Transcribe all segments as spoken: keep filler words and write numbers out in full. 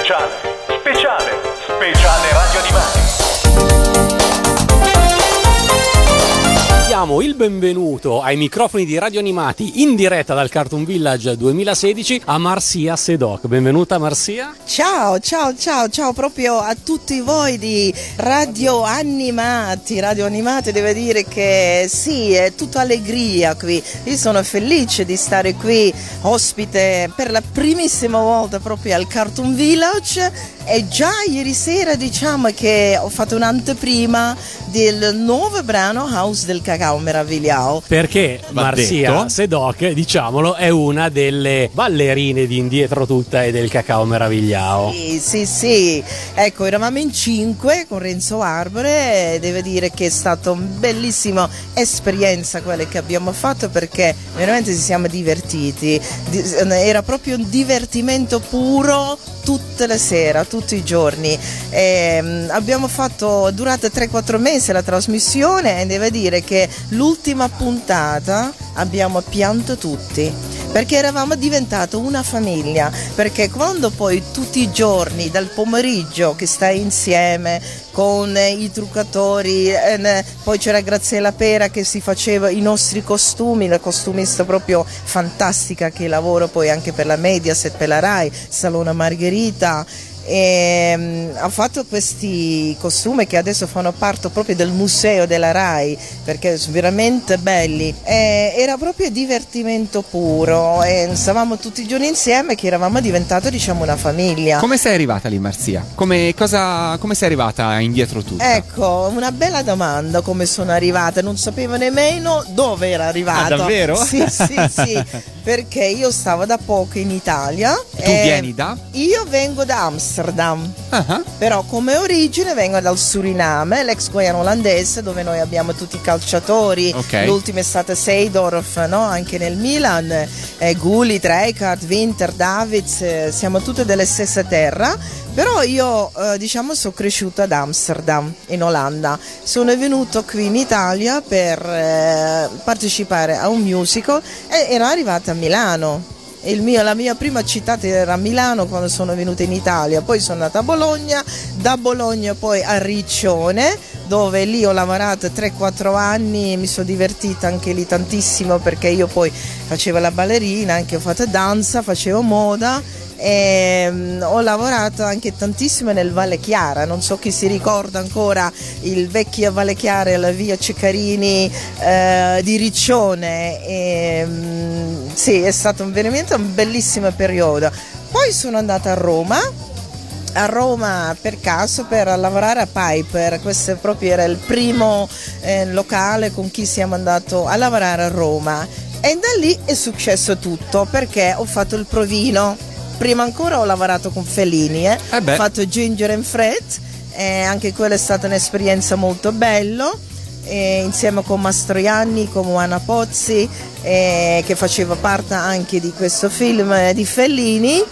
Speciale, speciale, speciale Radio Animati. Diamo il benvenuto ai microfoni di Radio Animati in diretta dal Cartoon Village duemilasedici a Marcia Sedok. Benvenuta Marcia. Ciao, ciao, ciao, ciao proprio a tutti voi di Radio Animati. Radio Animati deve dire che sì, è tutta allegria qui. Io sono felice di stare qui ospite per la primissima volta proprio al Cartoon Village. E già ieri sera diciamo che ho fatto un'anteprima del nuovo brano House del Cacao Meravigliao. Perché Va Marcia detto. Sedok, diciamolo, è una delle ballerine di Indietro Tutta e del Cacao Meravigliao. Sì, sì, sì. Ecco, eravamo in cinque con Renzo Arbore e devo dire che è stata una bellissima esperienza quella che abbiamo fatto, perché veramente ci siamo divertiti. Era proprio un divertimento puro tutte le sere, tutti i giorni. E abbiamo fatto durante tre quattro mesi la trasmissione e devo dire che l'ultima puntata abbiamo pianto tutti, perché eravamo diventati una famiglia, perché quando poi tutti i giorni dal pomeriggio che stai insieme con i truccatori, eh, poi c'era Graziella Pera che si faceva i nostri costumi, la costumista proprio fantastica che lavora poi anche per la Mediaset, per la Rai, Salona Margherita. E, um, ha fatto questi costumi che adesso fanno parte proprio del museo della Rai, perché sono veramente belli. E era proprio divertimento puro e stavamo tutti i giorni insieme, che eravamo diventati diciamo una famiglia. Come sei arrivata lì, Marcia? Come, cosa, come sei arrivata Indietro Tutta? Ecco, una bella domanda, come sono arrivata, non sapevo nemmeno dove era arrivata. Ah, davvero? Sì, sì, sì, perché io stavo da poco in Italia. Tu vieni da? Io vengo da Amsterdam, uh-huh. però come origine vengo dal Suriname, l'ex Guiana olandese, dove noi abbiamo tutti i calciatori. Okay. L'ultimo è stato Seedorf, no? Anche nel Milan, eh, Gullit, Rijkaard, Winter, Davids, eh, siamo tutte delle stesse terra. Però io eh, diciamo sono cresciuta ad Amsterdam, in Olanda. Sono venuto qui in Italia per eh, partecipare a un musical e ero arrivata a Milano. Il mio, la mia prima città era Milano quando sono venuta in Italia, poi sono andata a Bologna, da Bologna poi a Riccione, dove lì ho lavorato tre quattro anni, mi sono divertita anche lì tantissimo, perché io poi facevo la ballerina, anche ho fatto danza, facevo moda. E, um, ho lavorato anche tantissimo nel Valle Chiara, non so chi si ricorda ancora il vecchio Valle Chiara, la via Ceccarini eh, di Riccione. E, um, sì, è stato veramente un bellissimo periodo. Poi sono andata a Roma a Roma per caso per lavorare a Piper. Questo proprio era il primo eh, locale con cui siamo andati a lavorare a Roma, e da lì è successo tutto, perché ho fatto il provino. Prima ancora ho lavorato con Fellini, eh. Eh ho fatto Ginger and Fred, eh, anche quella è stata un'esperienza molto bella, eh, insieme con Mastroianni, con Juana Pozzi, eh, che faceva parte anche di questo film di Fellini.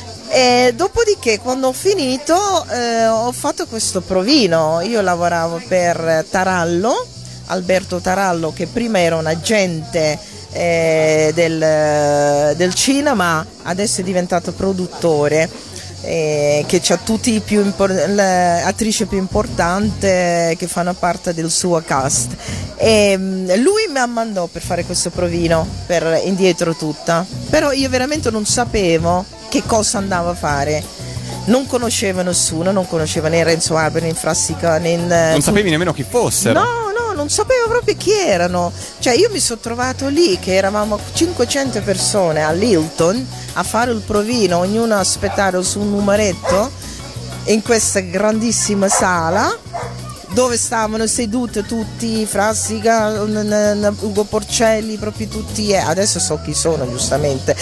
E dopodiché, quando ho finito, eh, ho fatto questo provino. Io lavoravo per Tarallo, Alberto Tarallo, che prima era un agente Eh, del, del cinema, adesso è diventato produttore, eh, che c'ha tutti i più impor- le attrici più importanti che fanno parte del suo cast, e lui mi mandò per fare questo provino per Indietro Tutta, però io veramente non sapevo che cosa andavo a fare. Non conoscevo nessuno, non conoscevo né Renzo Arbore, né Frassica, né... Non sapevi nemmeno chi fossero? No, no, non sapevo proprio chi erano. Cioè io mi sono trovato lì che eravamo cinquecento persone all'Hilton a fare il provino, ognuno a aspettare su un numeretto in questa grandissima sala, dove stavano sedute tutti, Frassica, Ugo Porcelli, proprio tutti, eh, adesso so chi sono giustamente,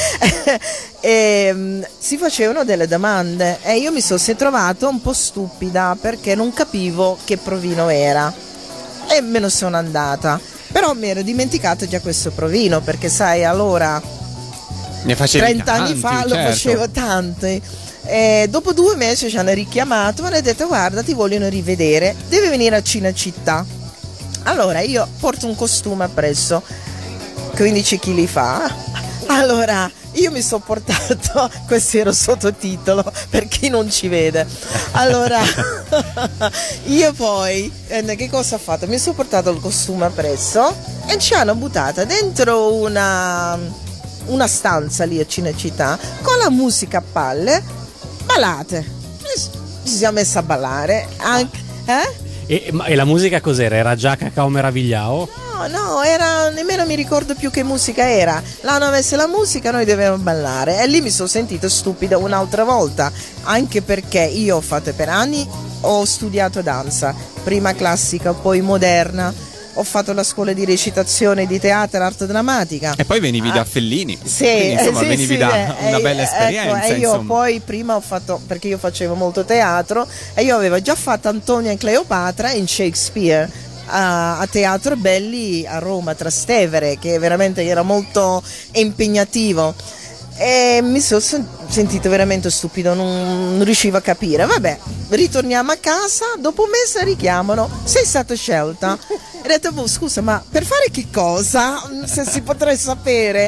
e um, si facevano delle domande e io mi sono trovato un po' stupida, perché non capivo che provino era e me ne sono andata, però mi ero dimenticato già questo provino, perché sai, allora ne facevi trenta tanti, anni fa certo. Lo facevo tanti. E dopo due mesi ci hanno richiamato, mi hanno detto: guarda, ti vogliono rivedere, devi venire a Cinecittà. Allora io porto un costume appresso, quindici chili fa, allora io mi sono portato, questo era il sottotitolo per chi non ci vede. Allora, io poi, eh, che cosa ho fatto? Mi sono portato il costume appresso e ci hanno buttata dentro una, una stanza lì a Cinecittà con la musica a palle, ballate. Ci siamo messi a ballare anche, eh? E, ma, e la musica cos'era? Era già Cacao Meravigliao? No, no, era, nemmeno mi ricordo più che musica era. L'hanno messa la musica, noi dovevamo ballare e lì mi sono sentita stupida un'altra volta, anche perché io ho fatto per anni, ho studiato danza, prima classica, poi moderna. Ho fatto la scuola di recitazione, di teatro, arte drammatica. E poi venivi ah, da Fellini. Sì, quindi, insomma, sì, venivi sì, da eh, una bella esperienza. Ecco, e io insomma. poi prima ho fatto, perché io facevo molto teatro, e io avevo già fatto Antonio e Cleopatra in Shakespeare a, a Teatro Belli a Roma, Trastevere, che veramente era molto impegnativo. E mi sono sentito veramente stupido, non, non riuscivo a capire. Vabbè, ritorniamo a casa, dopo un mese richiamano, sei stata scelta. E ho detto, boh, scusa, ma per fare che cosa? Se si potrei sapere.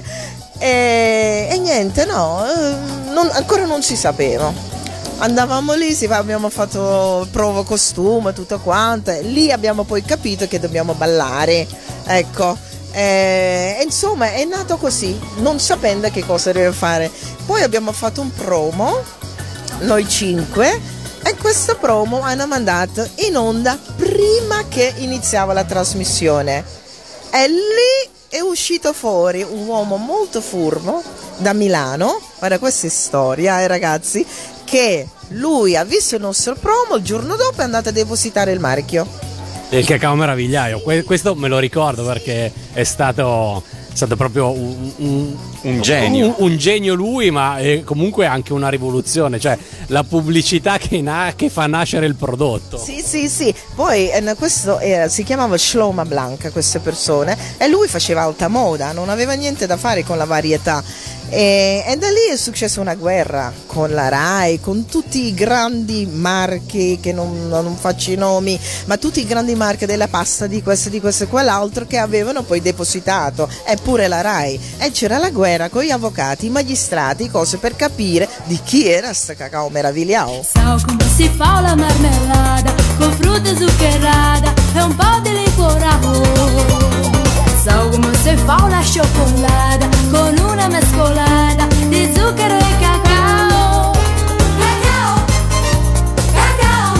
E, e niente, no, non, ancora non si sapeva. Andavamo lì, sì, abbiamo fatto prova costume, tutto quanto, e lì abbiamo poi capito che dobbiamo ballare, ecco. Eh, insomma è nato così, non sapendo che cosa deve fare. Poi abbiamo fatto un promo, noi cinque, e questo promo hanno mandato in onda prima che iniziava la trasmissione. E lì è uscito fuori un uomo molto furbo da Milano, guarda questa è storia, eh, ragazzi, che lui ha visto il nostro promo, il giorno dopo è andato a depositare il marchio. Il Cacao Meravigliaio, questo me lo ricordo perché è stato, è stato proprio un, un, un genio. Un, un genio lui, ma è comunque anche una rivoluzione, cioè la pubblicità che, na- che fa nascere il prodotto. Sì, sì, sì. Poi eh, questo era, si chiamava Shloma Blanca, queste persone, e lui faceva alta moda, non aveva niente da fare con la varietà. E, e da lì è successa una guerra con la Rai, con tutti i grandi marchi, che non, non faccio i nomi, ma tutti i grandi marchi della pasta, di questo, di questo e quell'altro, che avevano poi depositato, eppure la Rai. E c'era la guerra con gli avvocati, i magistrati, cose per capire di chi era sta Cacao Meravigliao. Sao come si fa la marmellata con frutta zuccherata e un po' di liquorao. So come si fa una cioccolata con una mescolata di zucchero e cacao. Cacao, cacao,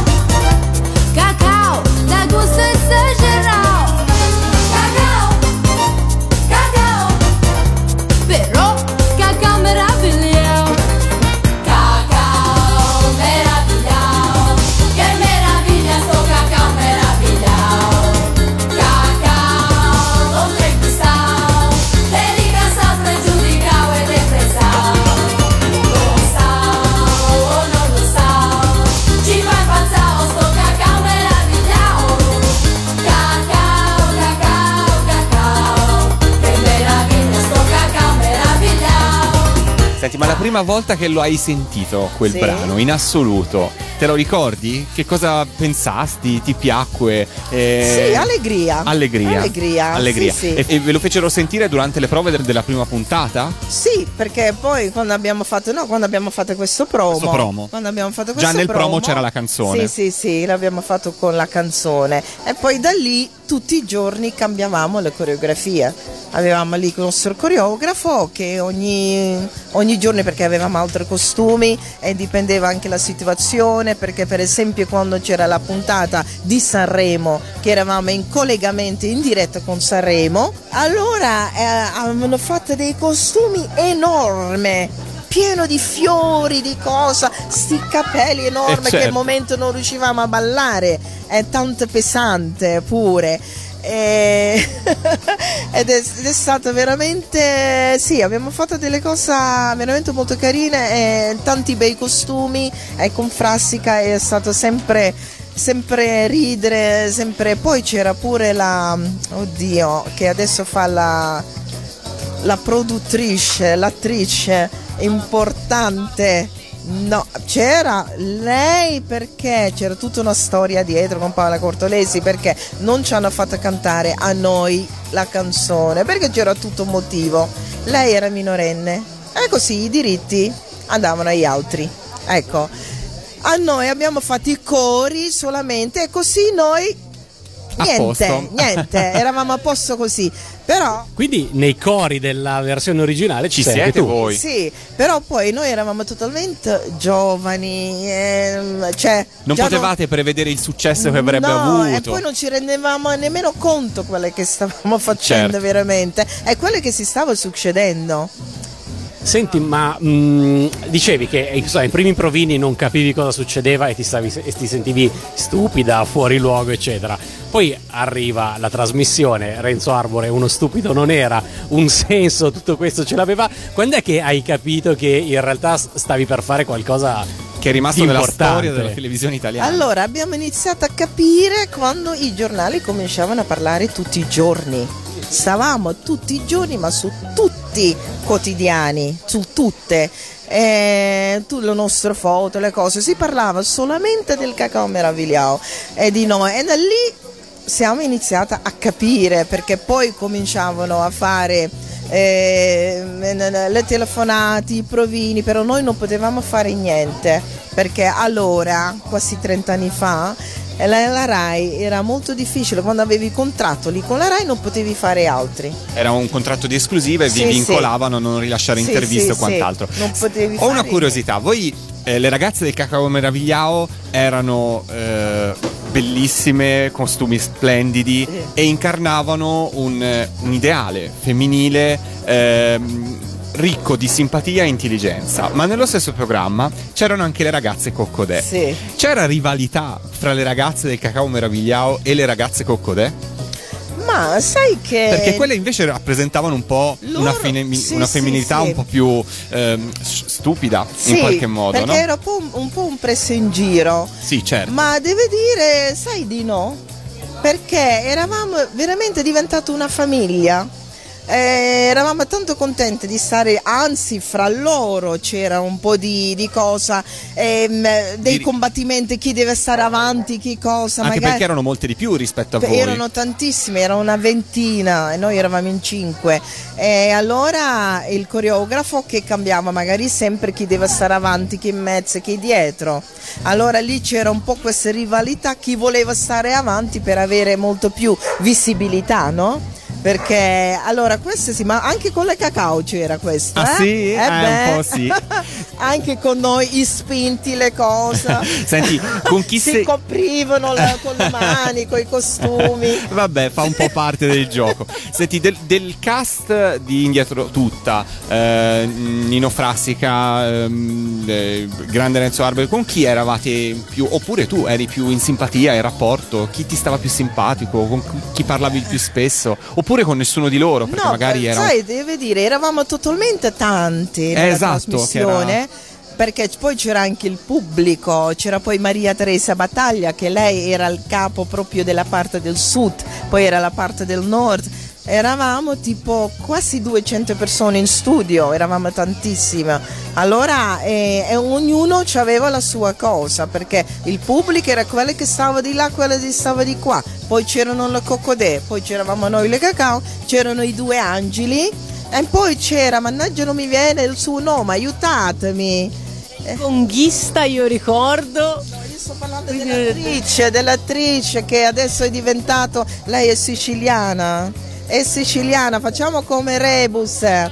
cacao, da gusto esagerato. Cacao, cacao, però cacao meravigliao. Cacao meravigliao, che meraviglia sto cacao meravigliao. Senti, ma la prima volta che lo hai sentito quel Sì. brano in assoluto, te lo ricordi? Che cosa pensasti? Ti piacque? Eh, Sì, allegria. Allegria. Allegria, Allegria. sì, sì. E, e ve lo fecero sentire durante le prove del- della prima puntata? Sì, perché poi quando abbiamo fatto no, quando abbiamo fatto questo promo, Questo promo. quando abbiamo fatto Già questo nel promo c'era la canzone. Sì, sì, sì, l'abbiamo fatto con la canzone e poi da lì tutti i giorni cambiavamo le coreografie. Avevamo lì il nostro coreografo che ogni, ogni giorno, perché avevamo altri costumi e dipendeva anche la situazione, perché per esempio quando c'era la puntata di Sanremo, che eravamo in collegamento in diretta con Sanremo, allora eh, avevano fatto dei costumi enormi, pieno di fiori, di cosa, sti capelli enormi, Eh, certo. che al momento non riuscivamo a ballare, è tanto pesante pure. E ed, è, ed è stato veramente, sì, abbiamo fatto delle cose veramente molto carine e tanti bei costumi, e con Frassica è stato sempre sempre ridere, sempre. Poi c'era pure la, oddio, che adesso fa la la produttrice, l'attrice importante. No, c'era lei, perché c'era tutta una storia dietro con Paola Cortolesi, perché non ci hanno fatto cantare a noi la canzone, perché c'era tutto un motivo. Lei era minorenne E così i diritti andavano agli altri. Ecco, a noi abbiamo fatto i cori solamente e così noi A niente, posto. niente, eravamo a posto così. Però Quindi nei cori della versione originale ci, Ci sei anche siete tu. voi? sì, però poi noi eravamo totalmente giovani, ehm, cioè Non già potevate prevedere il successo che avrebbe no, avuto. e poi non ci rendevamo nemmeno conto quelle che stavamo facendo Certo. veramente e quello che si stava succedendo. Senti, ma mh, dicevi che eh, insomma, ai primi provini non capivi cosa succedeva e ti, stavi, e ti sentivi stupida, fuori luogo, eccetera. Poi arriva la trasmissione, Renzo Arbore uno stupido non era, un senso, tutto questo ce l'aveva. Quando è che hai capito che in realtà s- stavi per fare qualcosa Che è rimasto di nella importante? storia della televisione italiana. Allora abbiamo iniziato a capire quando i giornali cominciavano a parlare tutti i giorni. Stavamo tutti i giorni, ma su tutti i quotidiani, su tutte. Eh, tu, le nostre foto, le cose, si parlava solamente del cacao meravigliato e di noi. E da lì siamo iniziati a capire, perché poi cominciavano a fare eh, le telefonate, i provini, però noi non potevamo fare niente, perché allora, quasi trenta anni fa, la, la RAI era molto difficile, quando avevi contratto lì con la RAI non potevi fare altri. Era un contratto di esclusiva e vi Sì, vincolavano a non rilasciare Sì, interviste sì, o quant'altro. sì, non potevi Ho una fare curiosità, voi eh, le ragazze del Cacao Meravigliao erano eh, bellissime, costumi splendidi Sì. e incarnavano un, eh, un ideale femminile ehm, ricco di simpatia e intelligenza, ma nello stesso programma c'erano anche le ragazze Coccodè. Sì. C'era rivalità fra le ragazze del Cacao Meravigliao e le ragazze Coccodè? Ma sai che Perché quelle invece rappresentavano un po' Loro- una, fine- sì, una sì, femminilità sì. un po' più ehm, s- stupida sì, in qualche modo, perché no? era un po', un, un po' un preso in giro. Sì, certo. Ma deve dire, sai di no? Perché eravamo veramente diventati una famiglia. Eh, eravamo tanto contenti di stare, anzi fra loro c'era un po' di, di cosa, ehm, dei Di- combattimenti, chi deve stare avanti, chi cosa. Anche magari perché erano molte di più rispetto a voi. erano tantissimi, era una ventina e noi eravamo in cinque. E allora il coreografo che cambiava magari sempre chi deve stare avanti, chi in mezzo, chi dietro. Allora lì c'era un po' questa rivalità, chi voleva stare avanti per avere molto più visibilità, no? Perché allora questo sì, ma anche con le cacao c'era questo. Ah, eh? sì? Eh Eh, un beh. po' sì. Anche con noi i spinti, le cose. Senti, con chi si sei- coprivano la- con le mani, con i costumi. Vabbè, fa un po' parte del gioco. Senti, del, del cast di Indietro Tutta, eh, Nino Frassica, ehm, eh, Grande Renzo Arbore, con chi eravate più, oppure tu eri più in simpatia, in rapporto? Chi ti stava più simpatico? Con chi parlavi più spesso? Oppure con nessuno di loro? Perché No, magari eh, era... sai, deve dire, eravamo totalmente tanti nella esatto, trasmissione. Perché poi c'era anche il pubblico, c'era poi Maria Teresa Battaglia, che lei era il capo proprio della parte del sud, poi era la parte del nord. Eravamo tipo quasi duecento persone in studio, eravamo tantissime. Allora eh, e ognuno aveva la sua cosa, perché il pubblico era quello che stava di là, quello che stava di qua. Poi c'erano le Coccodè, poi c'eravamo noi le Cacao, c'erano i due angeli e poi c'era, mannaggia non mi viene il suo nome, aiutatemi. Conghista, io ricordo. Io sto parlando dell'attrice, dell'attrice che adesso è diventato, lei è siciliana, è siciliana, facciamo come Rebus. Eh,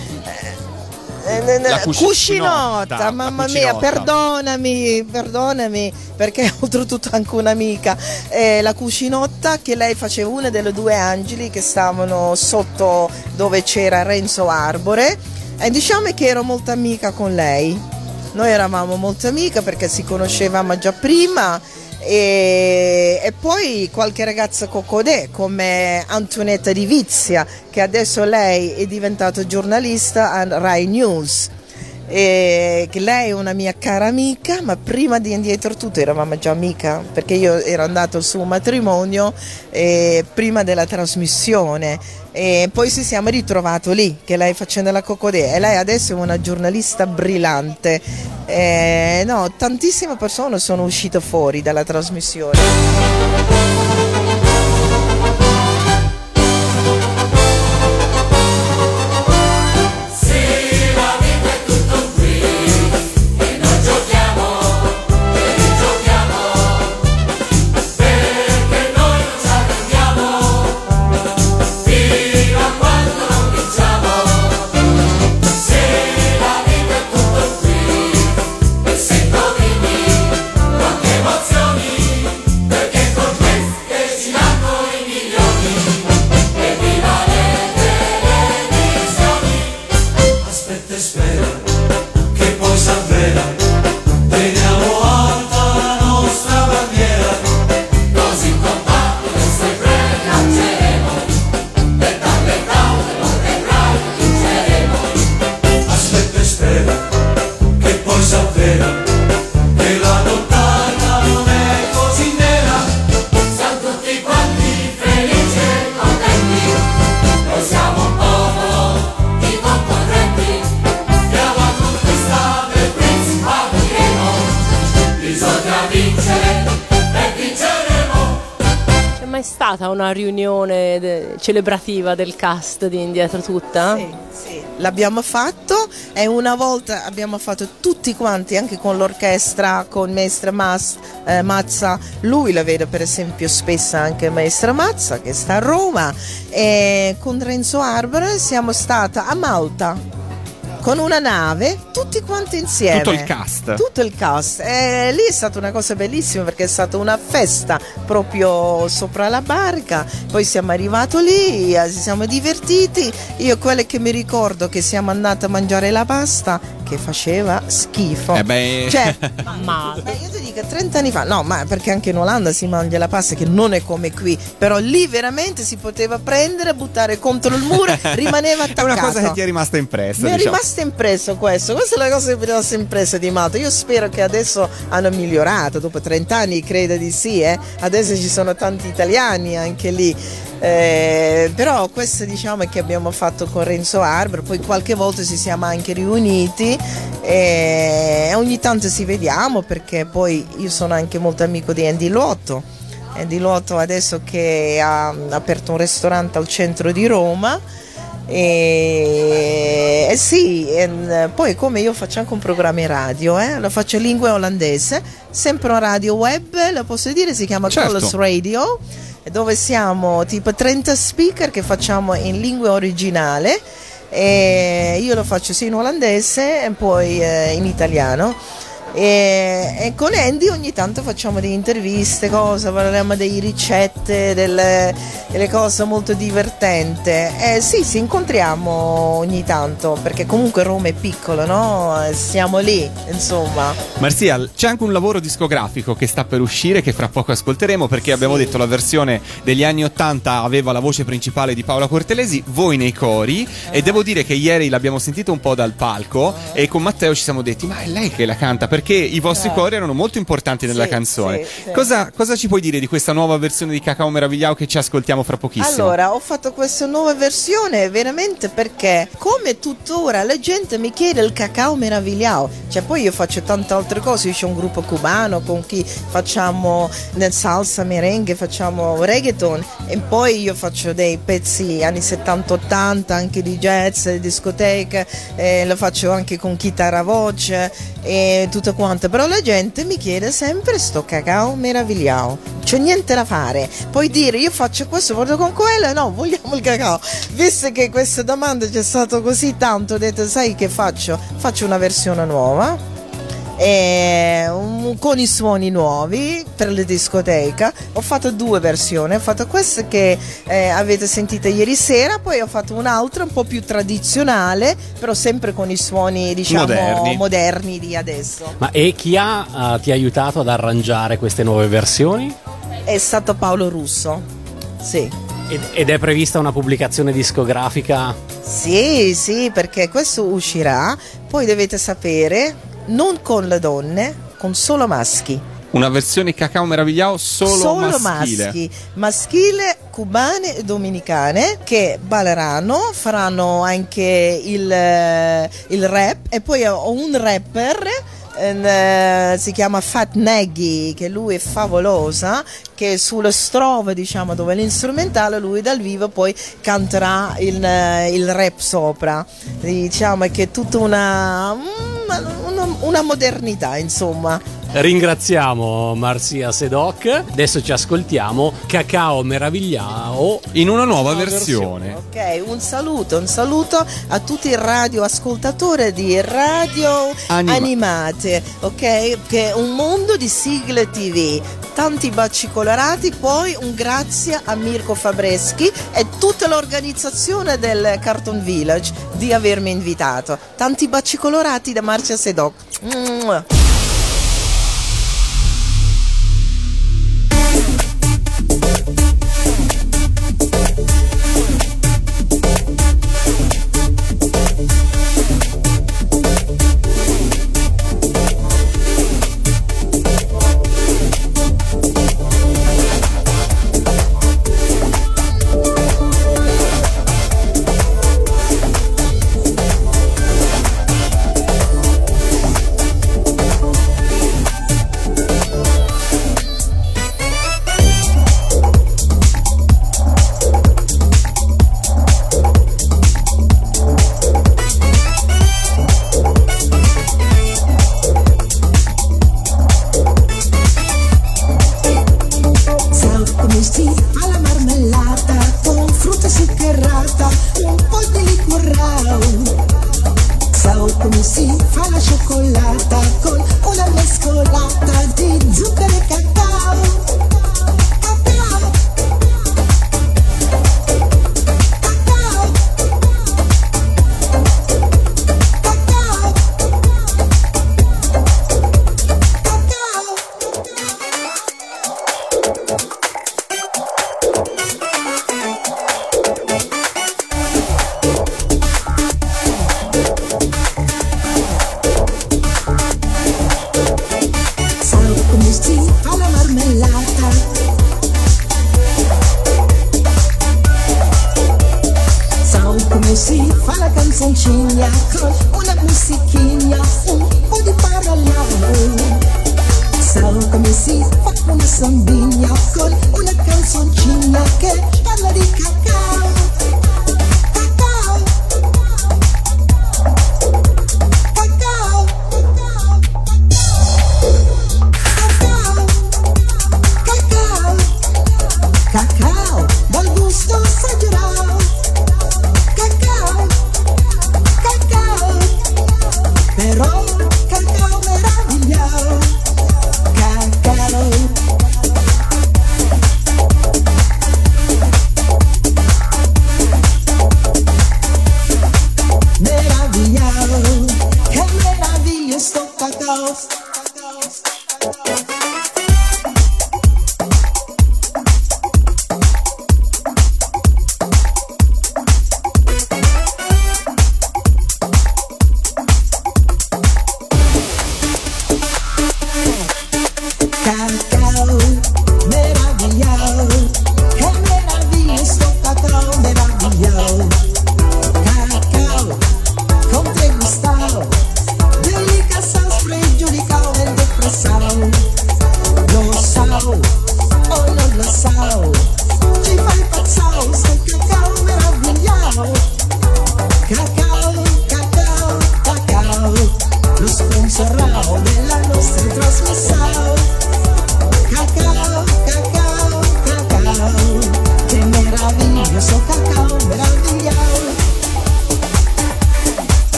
eh, La Cuscinotta, Cuscinotta, la mamma mia, Cuscinotta. perdonami, perdonami, perché oltretutto anche un'amica, eh, la Cuscinotta, che lei faceva una delle due angeli che stavano sotto dove c'era Renzo Arbore, e diciamo che ero molto amica con lei. Noi eravamo molto amiche perché si conoscevamo già prima e, e poi qualche ragazza Coccodè come Antonetta Di Vizia, che adesso lei è diventata giornalista a Rai News. E che lei è una mia cara amica, ma prima di Indietro Tutto eravamo già amica, perché io ero andato al suo matrimonio eh, prima della trasmissione e poi ci siamo ritrovati lì, che lei facendo la Coccodè, e lei adesso è una giornalista brillante. Eh, no, tantissime persone sono uscite fuori dalla trasmissione. Si la C'è mai stata una riunione de- celebrativa del cast di Indietro Tutta? Sì, sì, l'abbiamo fatto e una volta abbiamo fatto tutti quanti, anche con l'orchestra, con Maestra Mas- eh, Mazza, lui la vedo per esempio spesso anche Maestra Mazza che sta a Roma, e con Renzo Arbore siamo stati a Malta con una nave, tutti quanti insieme. Tutto il cast. Tutto il cast. E lì è stata una cosa bellissima perché è stata una festa proprio sopra la barca. Poi siamo arrivati lì, eh, ci siamo divertiti. Io quelle che mi ricordo che siamo andati a mangiare la pasta che faceva schifo. Eh beh. Cioè, Ma ma io ti dico trenta anni fa, no, ma perché anche in Olanda si mangia la pasta che non è come qui, però lì veramente si poteva prendere, buttare contro il muro, rimaneva È attaccato. una cosa che ti è rimasta impressa. Mi è diciamo. rimasto impresso questo, questa è la cosa che mi è rimasta impressa di Malta. Io spero che adesso hanno migliorato, dopo trenta anni credo di sì, eh? Adesso ci sono tanti italiani anche lì. Eh, però questo diciamo è che abbiamo fatto con Renzo Arbor, poi qualche volta ci siamo anche riuniti e ogni tanto ci vediamo perché poi io sono anche molto amico di Andy Luotto. Andy Luotto adesso che ha aperto un ristorante al centro di Roma. E, e sì, e poi come io faccio anche un programma in radio, eh? Lo faccio in lingua olandese, sempre un radio web, lo posso dire, si chiama Certo. Colors Radio, dove siamo tipo trenta speaker che facciamo in lingua originale, e io lo faccio sia in olandese e poi eh, in italiano. E, e con Andy ogni tanto facciamo delle interviste, cose, parliamo delle ricette, delle, delle cose molto divertenti. E sì, ci incontriamo ogni tanto perché comunque Roma è piccolo, no? Siamo lì, insomma. Marzia, c'è anche un lavoro discografico che sta per uscire, che fra poco ascolteremo, perché abbiamo detto la versione degli anni ottanta aveva la voce principale di Paola Cortelesi, voi nei cori, e devo dire che ieri l'abbiamo sentito un po' dal palco e con Matteo ci siamo detti ma è lei che la canta, perché i vostri Eh. cori erano molto importanti nella Sì, canzone. sì, sì. Cosa, cosa ci puoi dire di questa nuova versione di Cacao Meravigliao che ci ascoltiamo fra pochissimo? Allora, ho fatto questa nuova versione veramente perché, come tuttora, la gente mi chiede il cacao meravigliao. Cioè, poi io faccio tante altre cose. Io c'ho un gruppo cubano con chi facciamo nel salsa, merengue, facciamo reggaeton. E poi io faccio dei pezzi anni settanta ottanta, anche di jazz, di discoteca. Eh, lo faccio anche con chitarra voce e tutto quanto. Però la gente mi chiede sempre sto cacao meravigliao. C'è niente da fare. Puoi dire io faccio questo, vado con quello, no, vogliamo il cacao. Visto che questa domanda c'è stato così tanto, ho detto sai che faccio? Faccio una versione nuova. E, um, con i suoni nuovi per la discoteca. Ho fatto due versioni, ho fatto questa che eh, avete sentito ieri sera, poi ho fatto un'altra un po' più tradizionale, però sempre con i suoni diciamo Moderni. moderni di adesso. Ma e chi ha eh, ti ha aiutato ad arrangiare queste nuove versioni? È stato Paolo Russo. Sì. Ed, ed è prevista una pubblicazione discografica? Sì, sì, perché questo uscirà, poi dovete sapere, non con le donne, con solo maschi. Una versione Cacao Meravigliao solo, maschile. maschi, maschile, cubane e dominicane che balleranno, faranno anche il, eh, il rap, e poi ho un rapper. Eh, si chiama Fat Nagy, che lui è favolosa, che sulle strove diciamo dove è l'instrumentale lui dal vivo poi canterà il, eh, il rap sopra. Diciamo che è tutta una, una, una modernità, insomma. Ringraziamo Marzia Sedoc. Adesso ci ascoltiamo Cacao Meravigliao In una nuova Nuova versione. Ok, un saluto, un saluto a tutti i radioascoltatori di Radio Anima- Animate, ok? Che è un mondo di sigle tivù, tanti baci colorati, poi un grazie a Mirko Fabreschi e tutta l'organizzazione del Cartoon Village di avermi invitato. Tanti baci colorati da Marzia Sedoc. Mua. sambigna con una canzoncina che parla di cacao. Cacao. Cacao. Cacao. Cacao. Cacao, dal gusto assaggerò. Cacao. Cacao. Però cacao meravigliao. Cacao. Meravigliao. Che meraviglia sto cacao. Cacao.